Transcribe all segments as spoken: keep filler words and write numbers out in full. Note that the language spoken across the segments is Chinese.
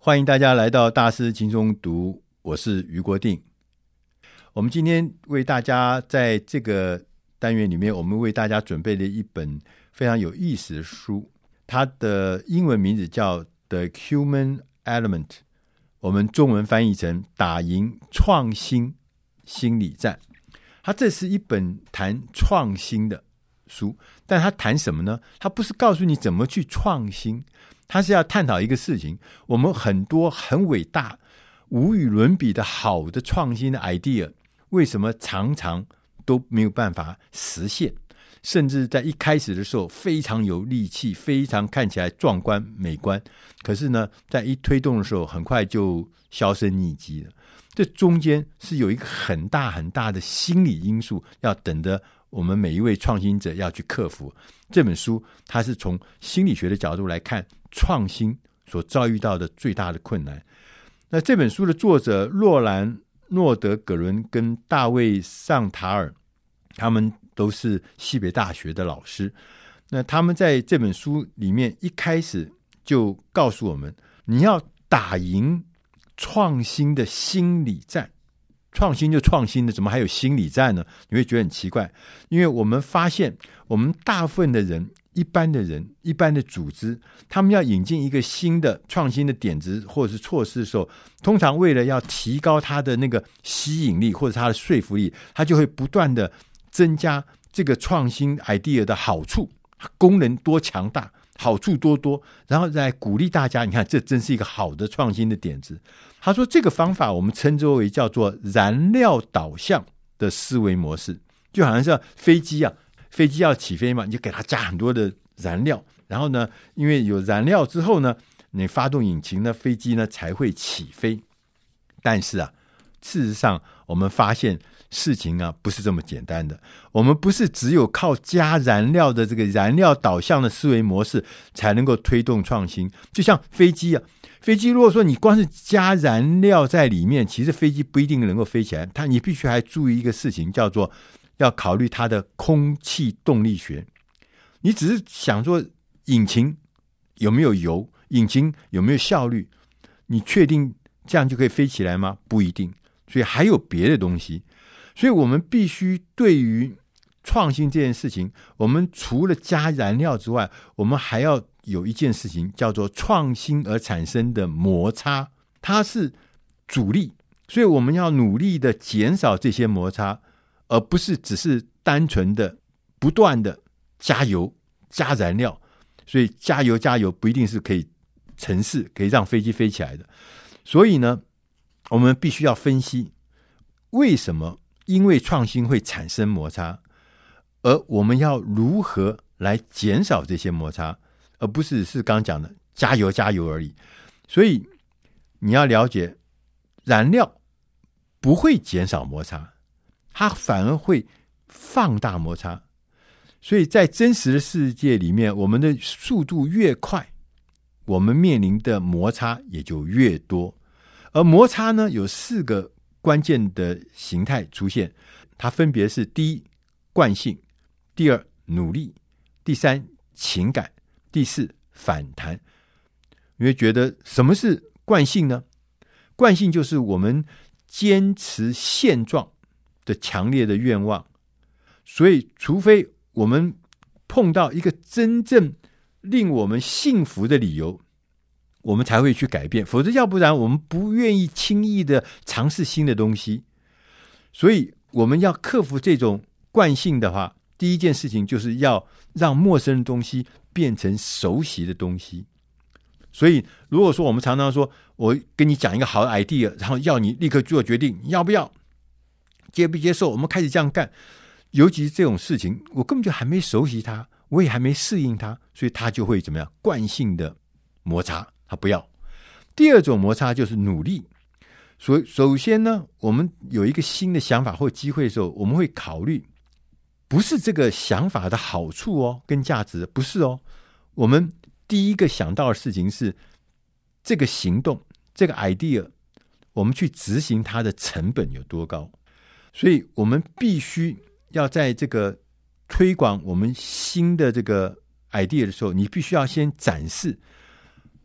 欢迎大家来到大师轻松读，我是余国定。我们今天为大家在这个单元里面，我们为大家准备了一本非常有意思的书，它的英文名字叫 The Human Element， 我们中文翻译成打赢创新心理战。它这是一本谈创新的书，但它谈什么呢？它不是告诉你怎么去创新，它是要探讨一个事情，我们很多很伟大无与伦比的好的创新的 idea 为什么常常都没有办法实现，甚至在一开始的时候非常有力气，非常看起来壮观美观，可是呢在一推动的时候很快就销声匿迹了。这中间是有一个很大很大的心理因素要等着我们每一位创新者要去克服。这本书它是从心理学的角度来看创新所遭遇到的最大的困难。那这本书的作者洛兰诺德葛伦跟大卫尚塔尔，他们都是西北大学的老师。那他们在这本书里面一开始就告诉我们，你要打赢创新的心理战。创新就创新的，怎么还有心理战呢？你会觉得很奇怪，因为我们发现我们大部分的人，一般的人，一般的组织，他们要引进一个新的创新的点子或者是措施的时候，通常为了要提高它的那个吸引力或者它的说服力，它就会不断的增加这个创新 idea 的好处，功能多强大，好处多多，然后再鼓励大家，你看这真是一个好的创新的点子。他说这个方法我们称之为叫做燃料导向的思维模式，就好像是飞机啊，飞机要起飞嘛，你就给它加很多的燃料，然后呢因为有燃料之后呢，你发动引擎呢，飞机呢才会起飞。但是啊事实上我们发现事情啊不是这么简单的，我们不是只有靠加燃料的这个燃料导向的思维模式才能够推动创新。就像飞机啊，飞机如果说你光是加燃料在里面，其实飞机不一定能够飞起来，它你必须还注意一个事情，叫做要考虑它的空气动力学。你只是想说引擎有没有油，引擎有没有效率，你确定这样就可以飞起来吗？不一定，所以还有别的东西。所以我们必须对于创新这件事情，我们除了加燃料之外，我们还要有一件事情叫做创新而产生的摩擦，它是阻力，所以我们要努力的减少这些摩擦，而不是只是单纯的不断的加油加燃料。所以加油加油不一定是可以成事，可以让飞机飞起来的。所以呢我们必须要分析为什么因为创新会产生摩擦，而我们要如何来减少这些摩擦，而不是是刚刚讲的加油加油而已。所以你要了解，燃料不会减少摩擦，它反而会放大摩擦。所以在真实的世界里面，我们的速度越快，我们面临的摩擦也就越多。而摩擦呢，有四个关键的形态出现，它分别是：第一，惯性；第二，努力；第三，情感；第四，反弹。你会觉得什么是惯性呢？惯性就是我们坚持现状的强烈的愿望，所以除非我们碰到一个真正令我们幸福的理由，我们才会去改变，否则要不然我们不愿意轻易的尝试新的东西。所以我们要克服这种惯性的话，第一件事情就是要让陌生的东西变成熟悉的东西。所以如果说我们常常说，我跟你讲一个好的 idea， 然后要你立刻做决定，你要不要，接不接受，我们开始这样干，尤其是这种事情我根本就还没熟悉它，我也还没适应它，所以它就会怎么样，惯性的摩擦，他不要。第二种摩擦就是努力。所以首先呢，我们有一个新的想法或机会的时候，我们会考虑不是这个想法的好处哦跟价值，不是哦，我们第一个想到的事情是这个行动，这个 idea 我们去执行它的成本有多高。所以我们必须要在这个推广我们新的这个 idea 的时候，你必须要先展示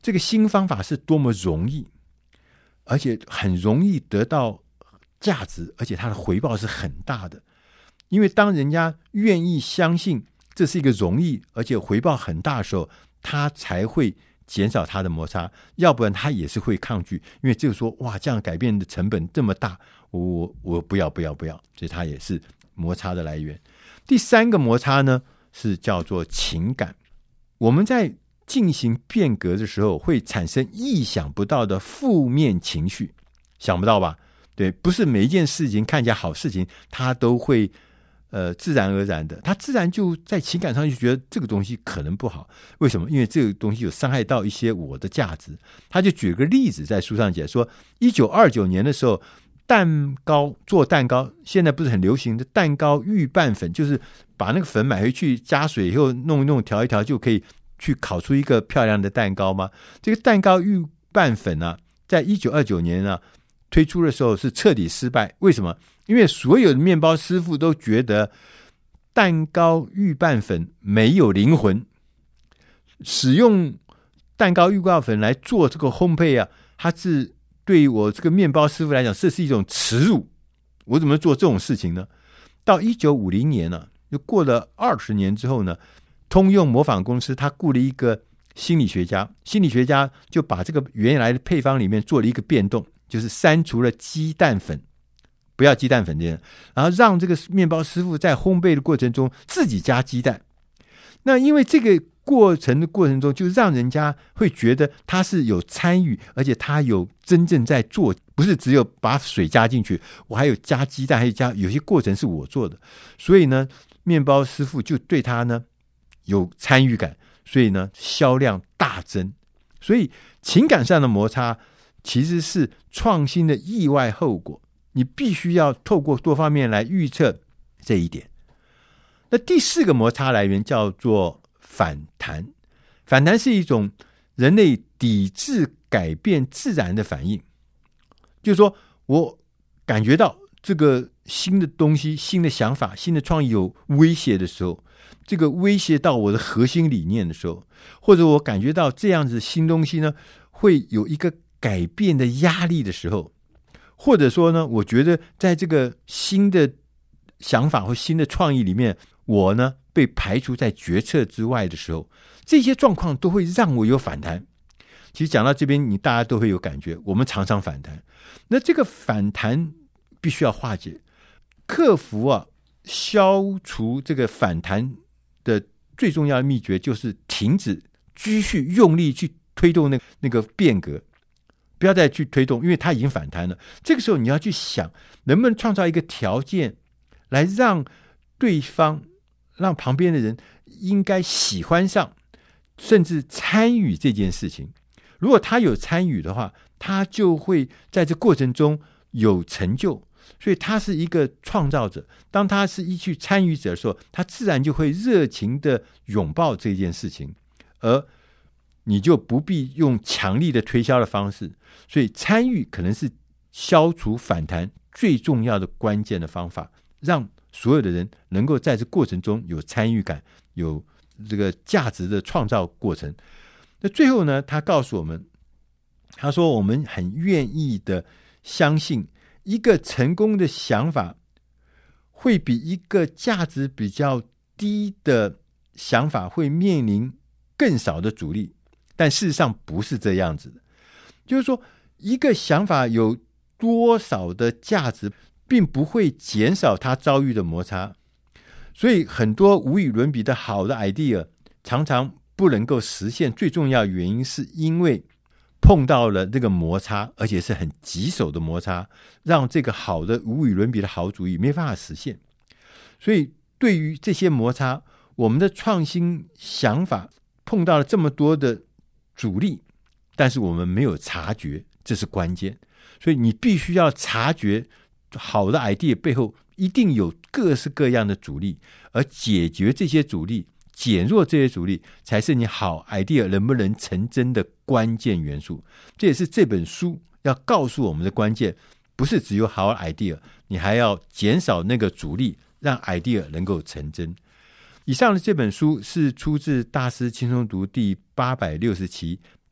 这个新方法是多么容易，而且很容易得到价值，而且它的回报是很大的。因为当人家愿意相信这是一个容易而且回报很大的时候，他才会减少他的摩擦，要不然他也是会抗拒，因为就是说哇，这样改变的成本这么大，我我我不要不要不要，所以他也是摩擦的来源。第三个摩擦呢，是叫做情感。我们在进行变革的时候，会产生意想不到的负面情绪，想不到吧？对，不是每一件事情看起来好事情，它都会呃自然而然的，他自然就在情感上就觉得这个东西可能不好。为什么？因为这个东西有伤害到一些我的价值。他就举个例子在书上解说，一九二九年的时候，蛋糕做蛋糕，现在不是很流行的蛋糕预拌粉，就是把那个粉买回去加水以后弄一弄调一调就可以去烤出一个漂亮的蛋糕吗？这个蛋糕预拌粉啊，在一九二九年啊推出的时候是彻底失败。为什么？因为所有的面包师傅都觉得蛋糕预拌粉没有灵魂，使用蛋糕预拌粉来做这个烘焙啊，它是对于我这个面包师傅来讲，这是一种耻辱。我怎么做这种事情呢？到一九五零年呢、啊，又过了二十年之后呢，通用模仿公司他雇了一个心理学家，心理学家就把这个原来的配方里面做了一个变动，就是删除了鸡蛋粉，不要鸡蛋粉这样，然后让这个面包师傅在烘焙的过程中自己加鸡蛋。那因为这个过程的过程中，就让人家会觉得他是有参与，而且他有真正在做，不是只有把水加进去，我还有加鸡蛋，还有加有些过程是我做的。所以呢，面包师傅就对他呢有参与感，所以呢销量大增。所以情感上的摩擦其实是创新的意外后果，你必须要透过多方面来预测这一点。那第四个摩擦来源叫做反弹。反弹是一种人类抵制改变自然的反应，就是说我感觉到这个新的东西、新的想法、新的创意有威胁的时候，这个威胁到我的核心理念的时候，或者我感觉到这样子新东西呢会有一个改变的压力的时候，或者说呢我觉得在这个新的想法或新的创意里面，我呢被排除在决策之外的时候，这些状况都会让我有反弹。其实讲到这边，你大家都会有感觉，我们常常反弹。那这个反弹必须要化解，克服啊，消除这个反弹的最重要的秘诀就是停止继续用力去推动那个那个变革，不要再去推动，因为它已经反弹了。这个时候你要去想，能不能创造一个条件来让对方、让旁边的人应该喜欢上，甚至参与这件事情。如果他有参与的话，他就会在这过程中有成就，所以他是一个创造者。当他是一去参与者的时候，他自然就会热情的拥抱这件事情，而你就不必用强力的推销的方式。所以参与可能是消除反弹最重要的关键的方法，让所有的人能够在这过程中有参与感，有这个价值的创造过程。那最后呢，他告诉我们，他说我们很愿意的相信一个成功的想法会比一个价值比较低的想法会面临更少的阻力，但事实上不是这样子的。就是说一个想法有多少的价值并不会减少它遭遇的摩擦，所以很多无与伦比的好的 idea 常常不能够实现，最重要的原因是因为碰到了这个摩擦，而且是很棘手的摩擦，让这个好的无与伦比的好主意没办法实现。所以对于这些摩擦，我们的创新想法碰到了这么多的阻力，但是我们没有察觉，这是关键。所以你必须要察觉好的 idea 背后一定有各式各样的阻力，而解决这些阻力，减弱这些阻力，才是你好 idea 能不能成真的关键元素。这也是这本书要告诉我们的关键，不是只有好 idea， 你还要减少那个阻力，让 idea 能够成真。以上的这本书是出自大师轻松读第八百六十期，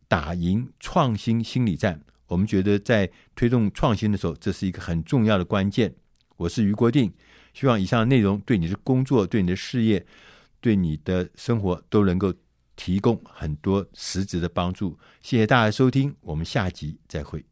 打赢创新心理战。我们觉得在推动创新的时候，这是一个很重要的关键。我是余国定，希望以上的内容对你的工作、对你的事业、对你的生活都能够提供很多实质的帮助。谢谢大家的收听，我们下集再会。